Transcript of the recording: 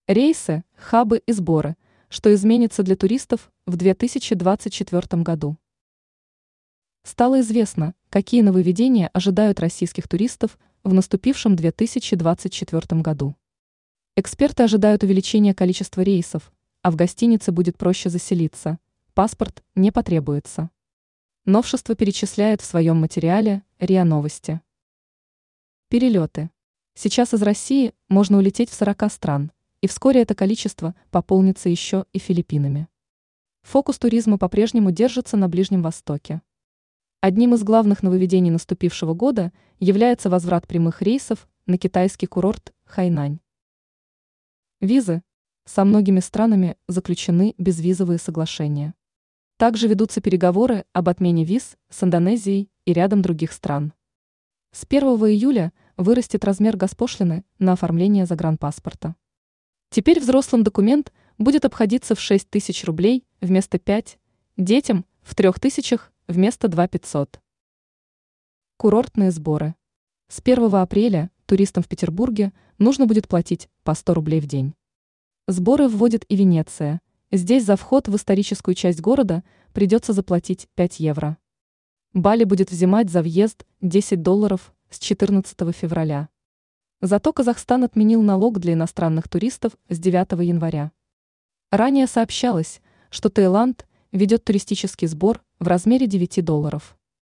Рейсы, хабы и сборы. Что изменится для туристов в 2024 году? Стало известно, какие нововведения ожидают российских туристов в наступившем 2024 году. Эксперты ожидают увеличения количества рейсов, а в гостинице будет проще заселиться, паспорт не потребуется. Новшество перечисляет в своем материале РИА Новости. Перелеты. Сейчас из России можно улететь в 40 стран, и вскоре это количество пополнится еще и Филиппинами. Фокус туризма по-прежнему держится на Ближнем Востоке. Одним из главных нововведений наступившего года является возврат прямых рейсов на китайский курорт Хайнань. Визы. Со многими странами заключены безвизовые соглашения. Также ведутся переговоры об отмене виз с Индонезией и рядом других стран. С 1 июля вырастет размер госпошлины на оформление загранпаспорта. Теперь взрослым документ будет обходиться в 6 тысяч рублей вместо 5, детям в 3 тысячах вместо 2 500. Курортные сборы. С 1 апреля туристам в Петербурге нужно будет платить по 100 рублей в день. Сборы вводит и Венеция. Здесь за вход в историческую часть города придется заплатить 5 евро. Бали будет взимать за въезд $10 с 14 февраля. Зато Казахстан отменил налог для иностранных туристов с 9 января. Ранее сообщалось, что Таиланд ведет туристический сбор в размере $9.